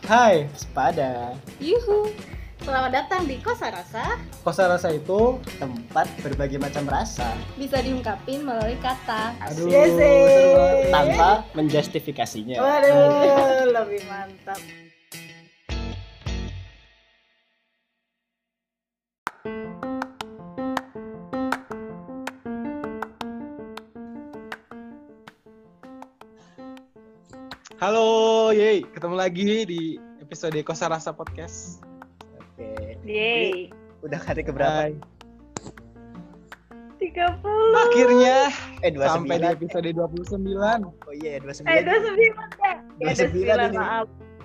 Hai, sepada. Yuhu, selamat datang di Kosa Rasa. Kosa rasa itu tempat berbagai macam rasa. Bisa diungkapin melalui kata. aduh Yes, seru banget. tanpa menjustifikasinya. Waduh, lebih mantap. Halo, yeay, ketemu lagi di episode Kosa Rasa Podcast. Oke. Yeay. Udah kali keberapa? Hai. 30. Akhirnya 29. sampai di episode 29. Oh iya, 29. 29 ya? 29 ini. Maaf.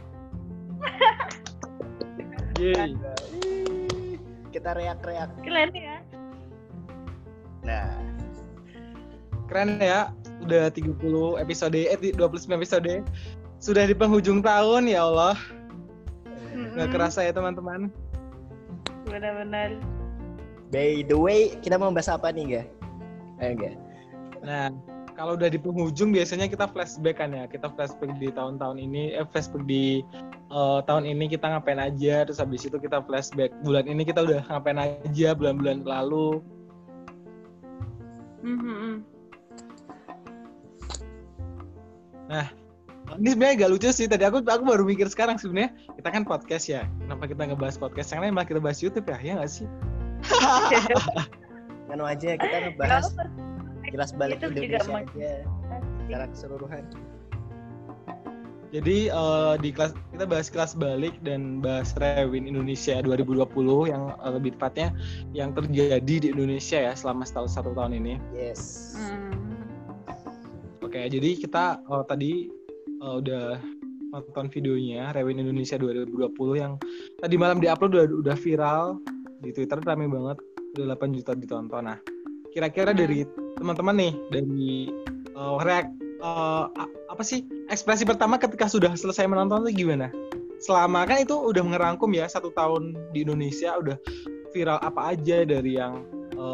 Yeay. Kita reak-reak. Keren ya? Nah, Keren ya, udah 30 episode, 29 episode. Sudah di penghujung tahun, ya Allah. Nggak kerasa ya teman-teman. Benar-benar. by the way, kita mau bahas apa nih, Ga? Ayo, Ga. Nah, kalau udah di penghujung biasanya kita flashback kan ya. Kita flashback di tahun-tahun ini, flashback di tahun ini kita ngapain aja. Terus habis itu kita flashback bulan ini kita udah ngapain aja bulan-bulan lalu. Nah, ini sebenarnya agak lucu sih. Tadi aku baru mikir sekarang sebenarnya kita kan podcast ya. Kenapa kita ngebahas podcast? Yang lain malah kita bahas YouTube ya? Ya nggak sih? Kan aja kita ngebahas kilas balik YouTube juga Indonesia aja secara keseluruhan. Jadi di kelas kita bahas kelas balik dan bahas Rewin Indonesia 2020 yang lebih tepatnya yang terjadi di Indonesia ya selama satu tahun ini. Yes. Oke, jadi kita tadi udah nonton videonya Rewin Indonesia 2020 yang tadi malam diupload udah viral di Twitter, rame banget, udah 8 juta ditonton. Nah, kira-kira dari teman-teman nih, dari apa sih ekspresi pertama ketika sudah selesai menonton itu gimana? Selama kan itu udah ngerangkum ya 1 tahun di Indonesia, udah viral apa aja dari yang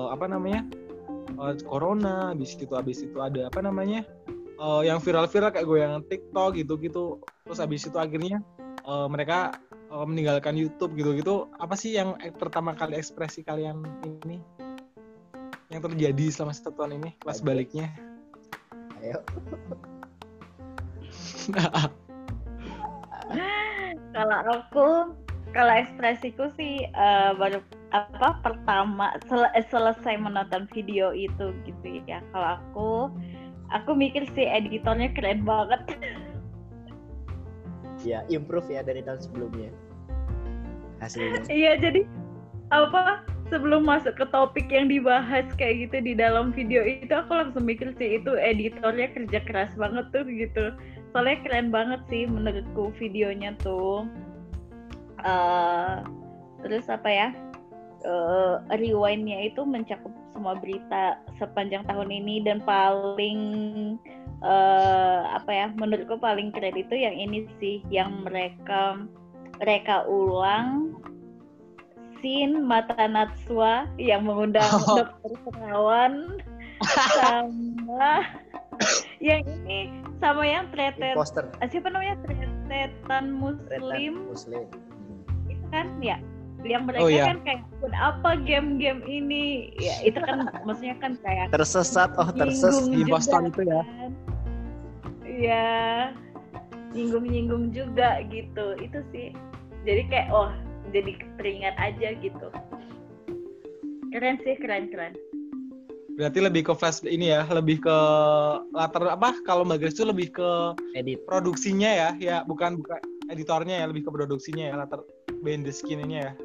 corona, habis itu ada apa namanya yang viral-viral kayak goyangan TikTok gitu-gitu. Terus habis itu akhirnya mereka meninggalkan YouTube gitu-gitu. Apa sih yang pertama kali ekspresi kalian ini yang terjadi selama 1 tahun ini pas baliknya? Ayo. Kalau ekspresiku sih baru pertama selesai menonton video itu gitu ya. Kalau aku mikir sih editornya keren banget. Ya, improve ya dari tahun sebelumnya. Hasilnya. Iya, jadi sebelum masuk ke topik yang dibahas kayak gitu di dalam video itu, aku langsung mikir sih itu editornya kerja keras banget tuh gitu. Soalnya keren banget sih menurutku videonya tuh. Terus rewind-nya itu mencakup semua berita sepanjang tahun ini, dan paling menurutku paling keren itu yang ini sih, yang mereka ulang scene Mata Najwa yang mengundang Dokter Terawan sama yang ini sama yang tretet siapa namanya tretetan muslim itu kan ya, yang mereka kan kayak apa game-game ini ya, itu kan maksudnya kan kayak tersesat di Boston itu ya. Iya, nyinggung juga gitu. Itu sih. Jadi kayak jadi teringat aja gitu. Keren sih, keren. Berarti lebih ke flash ini ya, lebih ke latar kalau Mbak Grace itu lebih ke edit produksinya ya bukan editornya ya, lebih ke produksinya ya, latar behind the skin-nya ya.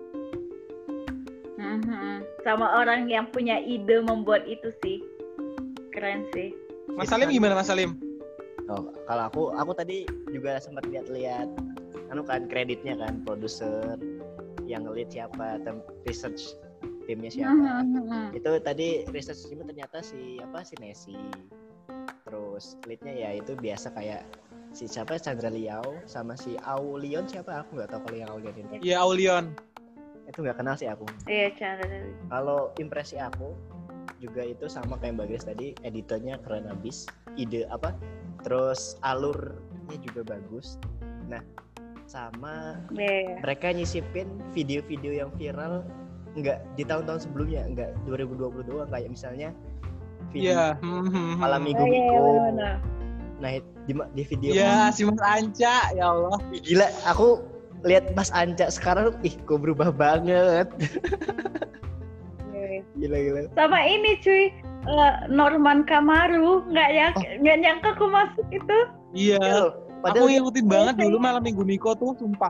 Sama orang yang punya ide membuat itu sih. Keren sih. Mas Salim gimana Mas Salim? Kalau aku tadi juga sempat lihat kreditnya kan, produser yang lead siapa, research timnya siapa. Itu tadi research timnya ternyata si Nesi. Terus leadnya ya itu biasa kayak si siapa, Chandra Liao sama si Aulion siapa, aku nggak tahu kalau yang Aulion ini. Iya, Aulion. Itu nggak kenal sih aku. Iya, Chandra. Kalau impresi aku juga itu sama kayak Mbak Grace tadi, editornya keren abis, terus alurnya juga bagus. Nah, sama Yeah. mereka nyisipin video-video yang viral nggak di tahun-tahun sebelumnya, nggak 2020 doang, kayak misalnya video Iya. malam minggu Oh, iya, Miko. benar. Nah di video Iya, si Mas Anca, ya Allah. gila, aku lihat Mas Anca sekarang, kok berubah banget. Yeah. Gila. Sama ini cuy, Norman Kamaru, nggak nyangka aku masuk itu. Iya. Padahal Aku ngikutin banget dulu malam minggu Miko tuh, sumpah.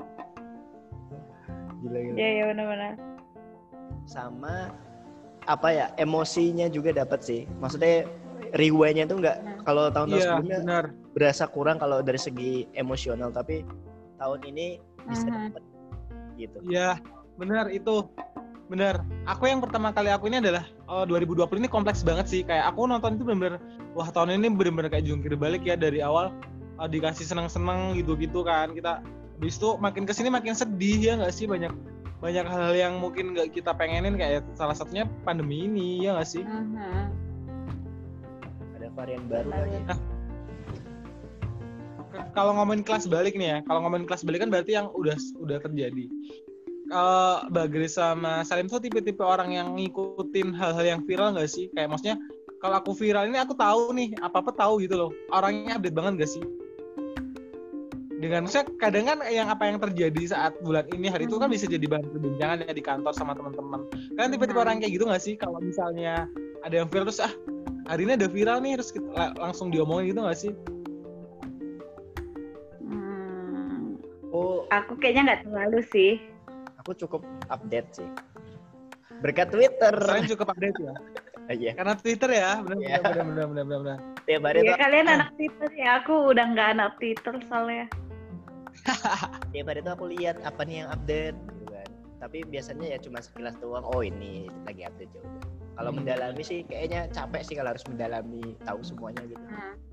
Gila. Iya benar-benar. Sama apa ya, emosinya juga dapat sih. Maksudnya rewindnya tuh nggak, kalau tahun-tahun Iya, sebelumnya benar. berasa kurang kalau dari segi emosional, tapi tahun ini bisa dapat gitu. Iya, benar itu. Benar. Aku yang pertama kali aku ini adalah 2020 ini kompleks banget sih. Kayak aku nonton itu benar-benar, wah tahun ini benar-benar kayak jungkir balik ya, dari awal dikasih senang-senang gitu-gitu kan. Kita habis itu makin kesini makin sedih ya nggak sih, banyak hal yang mungkin nggak kita pengenin, kayak salah satunya pandemi ini ya nggak sih. Ada varian baru lagi. Nah, kalau ngomongin kelas balik nih ya, kan berarti yang udah terjadi. Mbak Grace sama Salim tuh tipe-tipe orang yang ngikutin hal-hal yang viral nggak sih? Kayak maksudnya kalau aku viral ini aku tahu nih, apa-apa tahu gitu loh. Orangnya update banget nggak sih? Dengan maksudnya kadang kan yang apa yang terjadi saat bulan ini hari itu kan bisa jadi bahan perbincangan ya di kantor sama teman-teman. Kan tipe-tipe orang kayak gitu nggak sih? Kalau misalnya ada yang viral terus hari ini ada viral nih, terus kita langsung diomongin gitu nggak sih? Oh, Aku kayaknya nggak terlalu sih. aku cukup update sih. Berkat Twitter. Kalian cukup update ya? Iya. Karena Twitter ya, benar. Tiap hari Iya tuh, kalian anak Twitter ya, aku udah nggak anak Twitter soalnya. tiap hari tuh aku lihat apa nih yang update gitu kan. Tapi biasanya ya cuma sekilas doang. Oh ini lagi update ya udah. Kalau mendalami sih kayaknya capek sih kalau harus mendalami tahu semuanya gitu.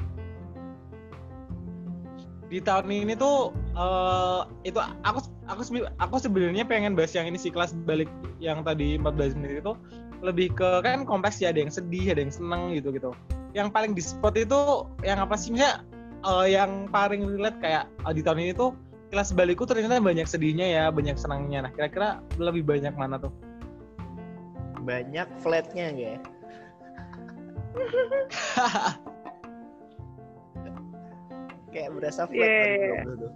Di tahun ini tuh itu aku sebenarnya pengen bahas yang ini sih, kelas balik yang tadi 14 menit itu lebih ke kan kompleks ya, ada yang sedih, ada yang seneng gitu. Yang paling di spot itu yang apa sih, misalnya yang paling relate kayak di tahun ini tuh kelas balikku ternyata banyak sedihnya ya, banyak senangnya. Nah kira-kira lebih banyak mana tuh? Banyak flatnya ya. Kayak berasa flat banget tuh.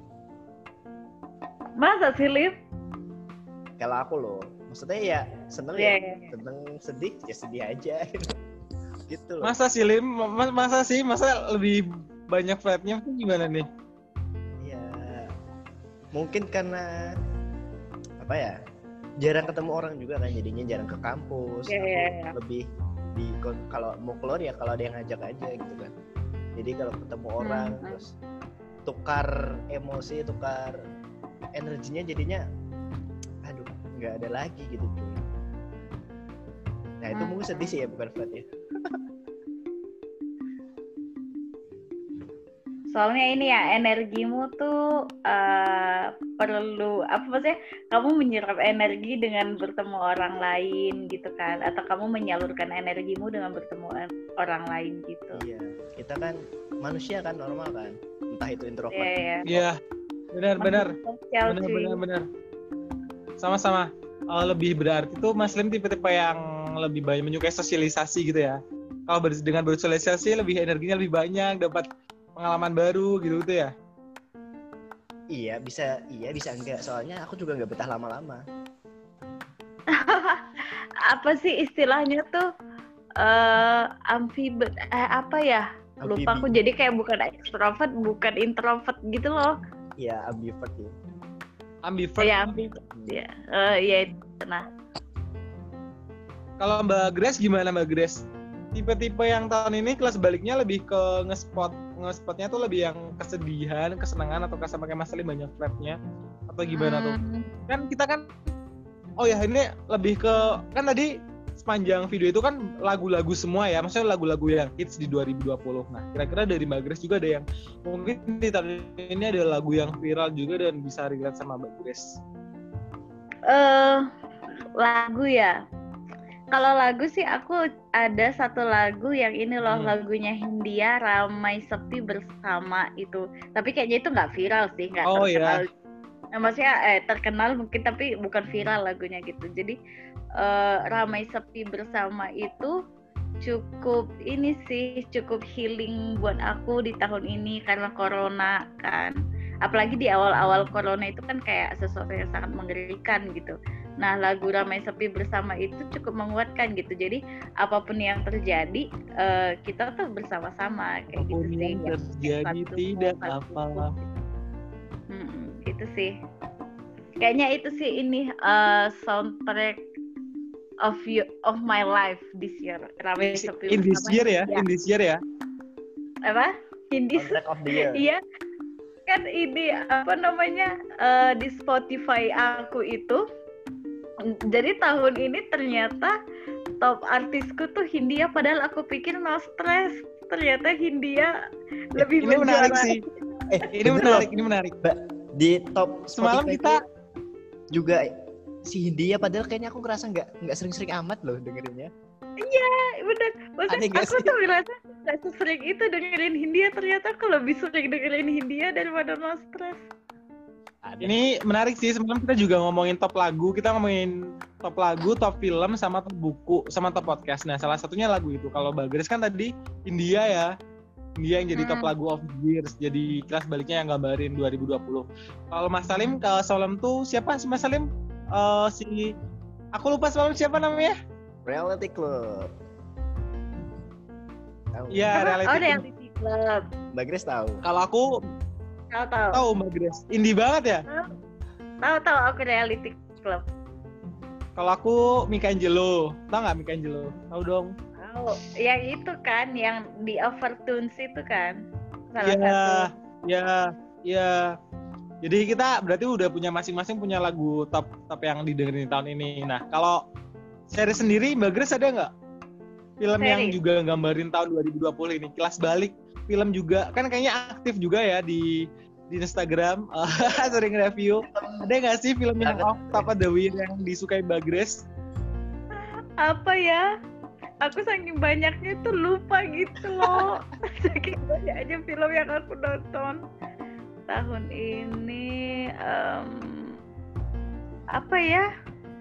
Masa sih, Liv? Kalau aku loh, maksudnya ya seneng ya, seneng, sedih ya sedih aja gitu loh. Masa sih Lim? Masa lebih banyak flatnya tuh gimana nih? Ya mungkin karena apa ya, jarang ketemu orang juga kan, jadinya jarang ke kampus. Lebih kalau mau keluar ya kalau ada yang ngajak aja gitu kan. Jadi kalau ketemu orang terus tukar emosi, tukar energinya, jadinya aduh nggak ada lagi gitu cuy. Nah itu mungkin sedih sih ya, bukan flat ya. Soalnya ini ya, energimu tuh perlu apa maksudnya, kamu menyerap energi dengan bertemu orang lain gitu kan, atau kamu menyalurkan energimu dengan bertemu orang lain gitu. Iya, kita kan manusia kan, normal kan, entah itu introvert. Iya, benar. Sama-sama. Lebih berarti tuh Mas Lim tipe-tipe yang lebih banyak menyukai sosialisasi gitu ya. Kalau dengan bersosialisasi lebih energinya lebih banyak, dapat pengalaman baru gitu ya. Iya bisa enggak, soalnya aku juga nggak betah lama-lama. Apa sih istilahnya tuh, ambivert, apa ya, lupa aku. Jadi kayak bukan extrovert bukan introvert gitu loh. Iya, ambivert ya. Ambivert ya. Ya itu. Nah, kalau Mbak Grace gimana Mbak Grace? Tipe-tipe yang tahun ini kelas baliknya lebih ke ngespotnya tuh lebih yang kesedihan, kesenangan, atau sama kayak Mas Lim banyak flatnya, atau gimana tuh? Kan kita kan, oh ya ini lebih ke, kan tadi sepanjang video itu kan lagu-lagu semua ya, maksudnya lagu-lagu yang hits di 2020. Nah kira-kira dari Mbak Grace juga ada yang mungkin di tahun ini ada lagu yang viral juga dan bisa relate sama Mbak Grace? Lagu ya. Kalau lagu sih aku ada satu lagu yang ini loh, lagunya Hindia, Ramai Sepi Bersama itu. Tapi kayaknya itu nggak viral sih, nggak terkenal. Nah, maksudnya terkenal mungkin tapi bukan viral lagunya gitu. Jadi Ramai Sepi Bersama itu cukup ini sih, cukup healing buat aku di tahun ini karena corona kan. Apalagi di awal-awal corona itu kan kayak sesuatu yang sangat mengerikan gitu. Nah, lagu Ramai Sepi Bersama itu cukup menguatkan gitu. Jadi apapun yang terjadi, kita tuh bersama-sama kayak apapun gitu yang sih. terjadi tidak apa. Itu sih. Kayaknya itu sih ini soundtrack of my life this year. Ramai Sepi In this year ya? In this year ya? Apa? In this Soundtrack of the year. Iya. Kan ini apa namanya di Spotify aku itu, jadi tahun ini ternyata top artisku tuh Hindia, padahal aku pikir No Stress, ternyata Hindia lebih ini menarik sih. Ini menarik. Di top semalam Spotify kita juga si Hindia, padahal kayaknya aku ngerasa nggak sering-sering amat loh dengerinnya. Iya, benar. Maksudnya aku tuh ngerasa gak sesering itu dengerin Hindia, ternyata aku lebih sering dengerin Hindia daripada No Stress. Ini menarik sih, semalam kita juga ngomongin top lagu, kita ngomongin top lagu, top film, sama top buku, sama top podcast. Nah, salah satunya lagu itu. Kalau Bagres kan tadi Hindia ya, Hindia yang jadi top lagu of the year, jadi kelas baliknya yang gambarin 2020. Kalau Mas Salim, kalau semalam tuh siapa sih Mas Salim? Aku lupa semalam siapa namanya? Reality Club. Iya, Reality Club. Mbak Grace tahu. Kalau aku tahu Mbak Grace. Indie banget ya? Tahu aku Reality Club. Kalau aku Michelangelo. Tahu nggak Michelangelo? Tahu dong. Tahu. Yang itu kan, yang di Overtones itu kan. Salah satu. Iya. Jadi kita berarti udah punya masing-masing punya lagu top yang didengerin di tahun ini. Nah, kalau seri sendiri Mbak Grace ada nggak film yang juga gambarin tahun 2020 ini? Kelas balik film juga kan kayaknya aktif juga ya di Instagram, sering review. Ada nggak sih film yang top of the year yang disukai Mbak Grace? Apa ya? Aku saking banyaknya tuh lupa gitu loh. Saking banyaknya film yang aku nonton tahun ini. Apa ya?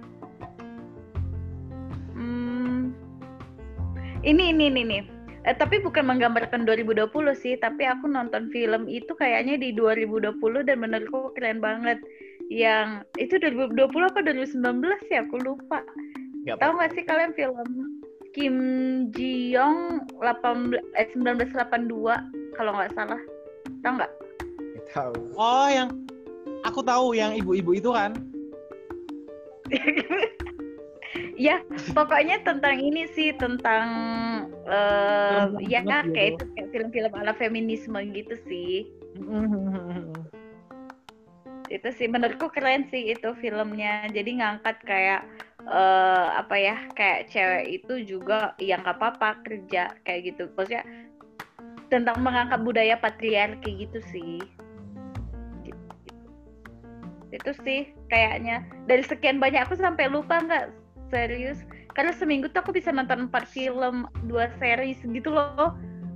Ini. Tapi bukan menggambarkan 2020 sih, tapi aku nonton film itu kayaknya di 2020 dan menurutku keren banget. Yang itu 2020 apa 2019 sih, aku lupa. Tahu nggak sih kalian film Kim Ji Young 1982 kalau nggak salah? Tahu nggak? Tahu. Oh, yang aku tahu yang ibu-ibu itu kan? Ya, pokoknya tentang ini sih, tentang kayak itu kayak film-film ala feminisme gitu sih. Itu sih menurutku keren sih itu filmnya. Jadi ngangkat kayak kayak cewek itu juga yang nggak apa-apa kerja kayak gitu. Maksudnya tentang mengangkat budaya patriarki gitu sih. Itu sih kayaknya dari sekian banyak aku sampai lupa nggak. Serius, karena seminggu tuh aku bisa nonton 4 film, 2 series gitu loh.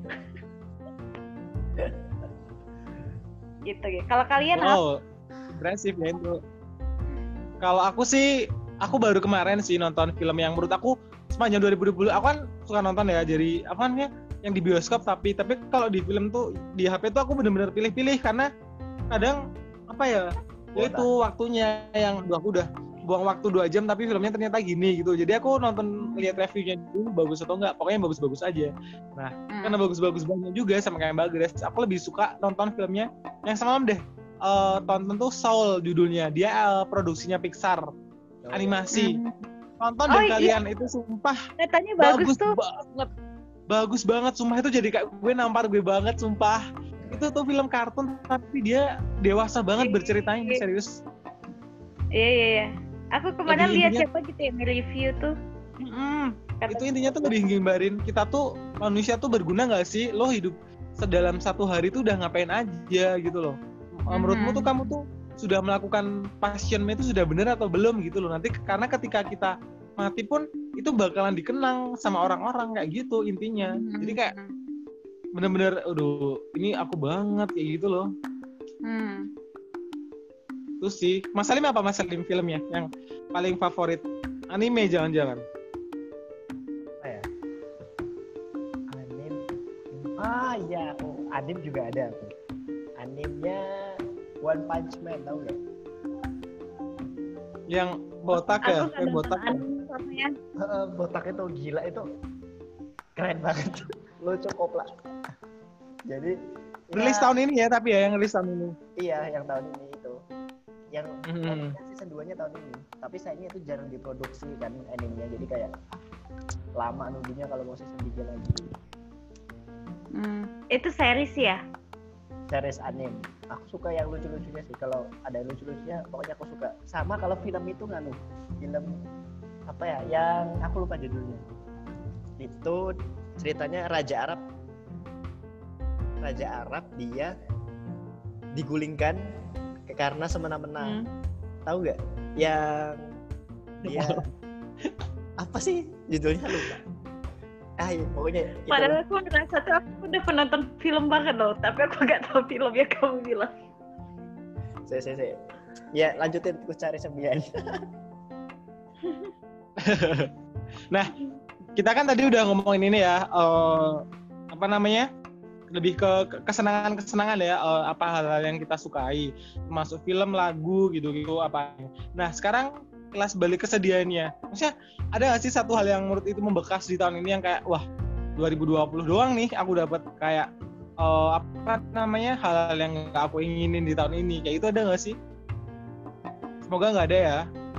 Gitu ya. Kalau kalian impresif ya itu. Kalau aku sih, aku baru kemarin sih nonton film yang menurut aku sepanjang 2020. Aku kan suka nonton ya, jadi apa namanya yang di bioskop, tapi kalau di film tuh di HP tuh aku benar-benar pilih-pilih karena kadang apa ya, itu waktunya yang aku udah buang waktu 2 jam tapi filmnya ternyata gini gitu. Jadi aku nonton lihat reviewnya dulu bagus atau enggak, pokoknya bagus-bagus aja. Nah, karena bagus-bagus banyak juga sama kayak Mbak Grace, aku lebih suka nonton filmnya yang semalam deh. Tonton tuh Soul judulnya. Dia produksinya Pixar, animasi. Tonton deh kalian, itu sumpah. Katanya bagus tuh. Bagus banget, sumpah itu jadi kayak gue nampar gue banget, sumpah. Itu tuh film kartun tapi dia dewasa banget berceritanya, serius. Iya. Aku kemarin lihat siapa gitu yang nge-review tuh. Itu intinya tuh nggambarin kita tuh manusia tuh berguna nggak sih? Lo hidup sedalam 1 hari tuh udah ngapain aja gitu loh. Menurutmu tuh kamu tuh sudah melakukan passionmu itu sudah benar atau belum gitu loh. Nanti karena ketika kita mati pun itu bakalan dikenang sama orang-orang kayak gitu intinya. Jadi kayak bener-bener, aduh ini aku banget kayak gitu loh. Terus sih, Mas Salim apa Mas Salim filmnya yang paling favorit? Anime jangan-jangan? Apa ya? Anime. Iya, anime juga ada. Animenya One Punch Man, tahu nggak? Yang botak ya? Yang botak ya? Botak itu gila, itu keren banget. Lucu koplak. Jadi rilis tahun ini ya, tapi ya yang rilis tahun ini. Iya, yang tahun ini itu. Yang season 2-nya tahun ini. Tapi sayangnya itu jarang diproduksi kan animenya. Jadi kayak lama nunggunya kalau mau season 3 lagi. Itu series ya? Series anime. Aku suka yang lucu-lucunya sih. Kalau ada yang lucu-lucunya, pokoknya aku suka. Sama kalau film itu film apa ya? Yang aku lupa judulnya. Itu ceritanya Raja Arab dia digulingkan karena semena-mena. Tahu nggak? Yang dia apa sih judulnya, lupa. Iya, pokoknya padahal aku ngerasa tuh aku udah penonton film banget loh, tapi aku nggak tahu film yang kamu bilang. Saya. Ya lanjutin, aku cari sembilan. Nah, kita kan tadi udah ngomongin ini ya, apa namanya? Lebih ke kesenangan ya, apa hal-hal yang kita sukai, termasuk film, lagu gitu apa. Nah, sekarang kelas balik kesedihannya. Maksudnya ada nggak sih satu hal yang menurut itu membekas di tahun ini yang kayak wah 2020 doang nih aku dapat kayak apa namanya hal-hal yang nggak aku inginin di tahun ini, kayak itu ada nggak sih? Semoga nggak ada ya.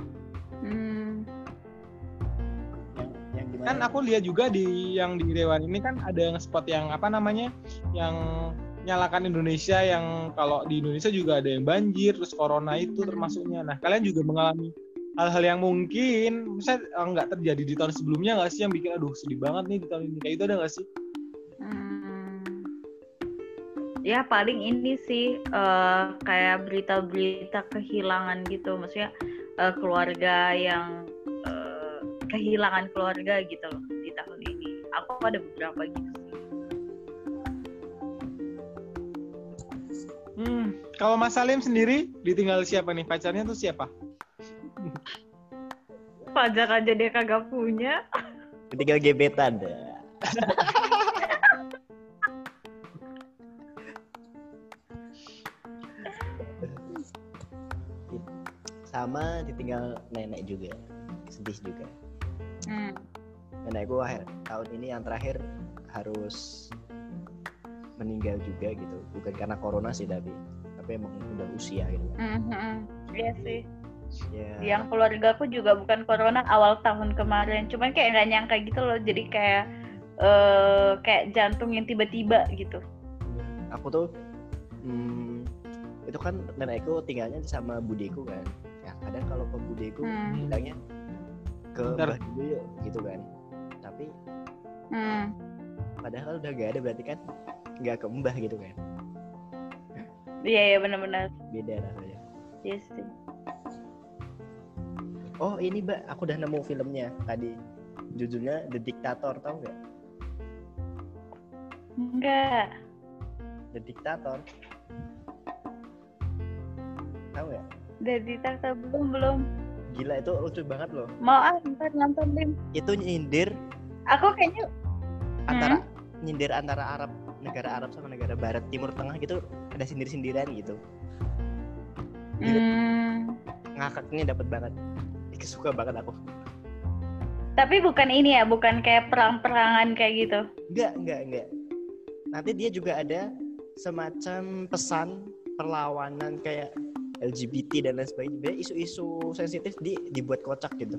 Yang gimana? Kan aku lihat juga di Dewan ini kan ada yang spot yang apa namanya yang nyalakan Indonesia, yang kalau di Indonesia juga ada yang banjir, terus corona itu termasuknya. Nah, kalian juga mengalami hal-hal yang mungkin misalnya nggak terjadi di tahun sebelumnya nggak sih, yang bikin aduh sedih banget nih di tahun ini, kayak itu ada nggak sih? Ya paling ini sih kayak berita-berita kehilangan gitu, maksudnya keluarga yang kehilangan keluarga gitu loh di tahun ini. Aku ada beberapa gitu sih. Kalau Mas Salim sendiri ditinggal siapa nih, pacarnya tuh siapa? Pajak aja dia kagak punya. Tinggal gebetan deh. Sama ditinggal nenek juga, sedih juga. Nenekku tahun ini yang terakhir harus meninggal juga gitu, bukan karena corona sih tapi emang udah usia gitu. Iya sih. Yeah. Yang keluarga aku juga bukan corona awal tahun kemarin, cuman kayak nggak nyangka gitu loh, jadi kayak jantung yang tiba-tiba gitu. Aku tuh itu kan nenekku tinggalnya sama budeku kan, ya kadang kalau ke budeku bilangnya ke mbah dulu yuk gitu kan, tapi padahal udah gak ada, berarti kan nggak ke mbah gitu kan. Iya benar-benar beda rasanya. Yes sih. Oh ini Mbak, aku udah nemu filmnya tadi. Judulnya The Dictator, tahu nggak? Enggak. The Dictator. Tahu nggak? The Dictator belum. Gila, itu lucu banget loh. Mau ntar nonton Lim. Itu nyindir. Aku kayaknya nyindir antara negara Arab sama negara Barat, Timur Tengah gitu, ada sindir-sindiran gitu. Ngakaknya dapet banget. Suka banget aku. Tapi bukan ini ya, bukan kayak perang-perangan kayak gitu. Enggak. Nanti dia juga ada semacam pesan perlawanan kayak LGBT dan lain sebagainya. Isu-isu sensitif dibuat kocak gitu.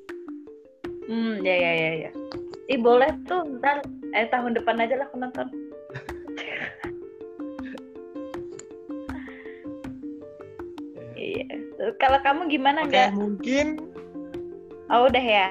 Ya. Boleh tuh, ntar tahun depan aja lah aku nonton. Iya. Kalau kamu gimana nggak? Mungkin. Oh udah ya.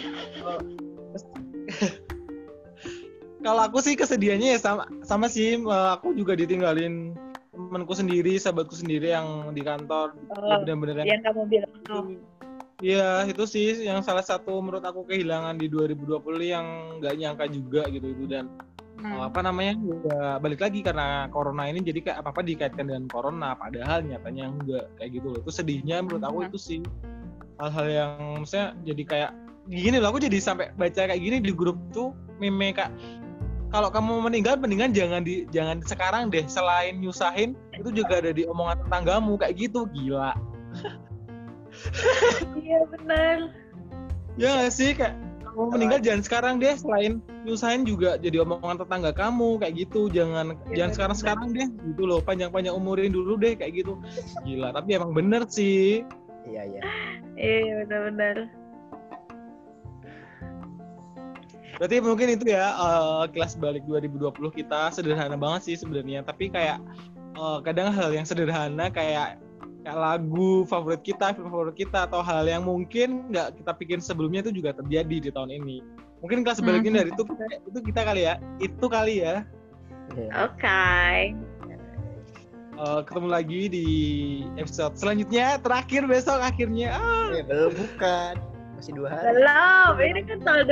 Kalau aku sih kesedihannya ya sama sih, aku juga ditinggalin temanku sendiri, sahabatku sendiri yang di kantor. Benar-benar yang kamu bilang tuh. Iya, itu sih yang salah satu menurut aku kehilangan di 2020 yang nggak nyangka juga gitu itu. Dan apa namanya, ya balik lagi karena corona ini jadi kayak apa-apa dikaitkan dengan corona, padahal nyatanya enggak kayak gitu loh. Itu sedihnya menurut aku itu sih hal-hal yang misalnya jadi kayak gini loh, aku jadi sampai baca kayak gini di grup tuh meme kak, kalau kamu meninggal mendingan jangan sekarang deh, selain nyusahin itu juga ada di omongan tetanggamu kayak gitu. Gila. Iya benar. Ya gak sih, kayak kamu meninggal jangan sekarang deh, selain nyusahin juga jadi omongan tetangga kamu kayak gitu. Jangan sekarang deh gitu loh, panjang-panjang umurin dulu deh kayak gitu. Gila, tapi emang bener sih. Iya. Iya benar-benar. Berarti mungkin itu ya kelas balik 2020 kita sederhana banget sih sebenarnya, tapi kayak kadang hal yang sederhana kayak lagu favorit kita, film favorit kita, atau hal yang mungkin nggak kita pikir sebelumnya itu juga terjadi di tahun ini. Mungkin kelas baliknya dari itu kita kali ya, Oke. Ketemu lagi di episode selanjutnya, terakhir besok akhirnya. Belum, bukan, masih 2 hari. Belum, ini kan tanggal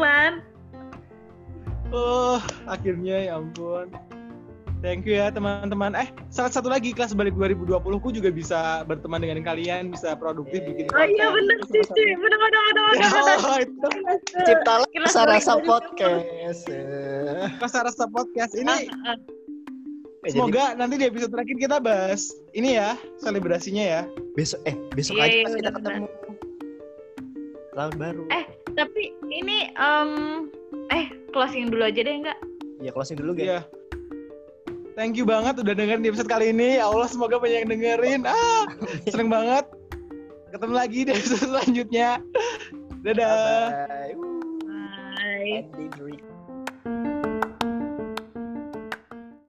29. Akhirnya ya ampun. Thank you ya teman-teman. Salah satu lagi kelas balik 2020 ku juga bisa berteman dengan kalian, bisa produktif bikin. Oh iya benar sih. Benar. Ciptalah rasa podcast. Rasa podcast ini. Semoga nanti di episode terakhir kita bahas ini ya, selebrasinya ya. Besok aja pas kita ketemu. Tahun baru. Tapi ini closing dulu aja deh enggak? Iya, closing dulu guys. Iya. Thank you banget udah dengerin di episode kali ini. Ya Allah, semoga banyak yang dengerin. Seneng banget. Ketemu lagi di episode selanjutnya. Dadah. Bye.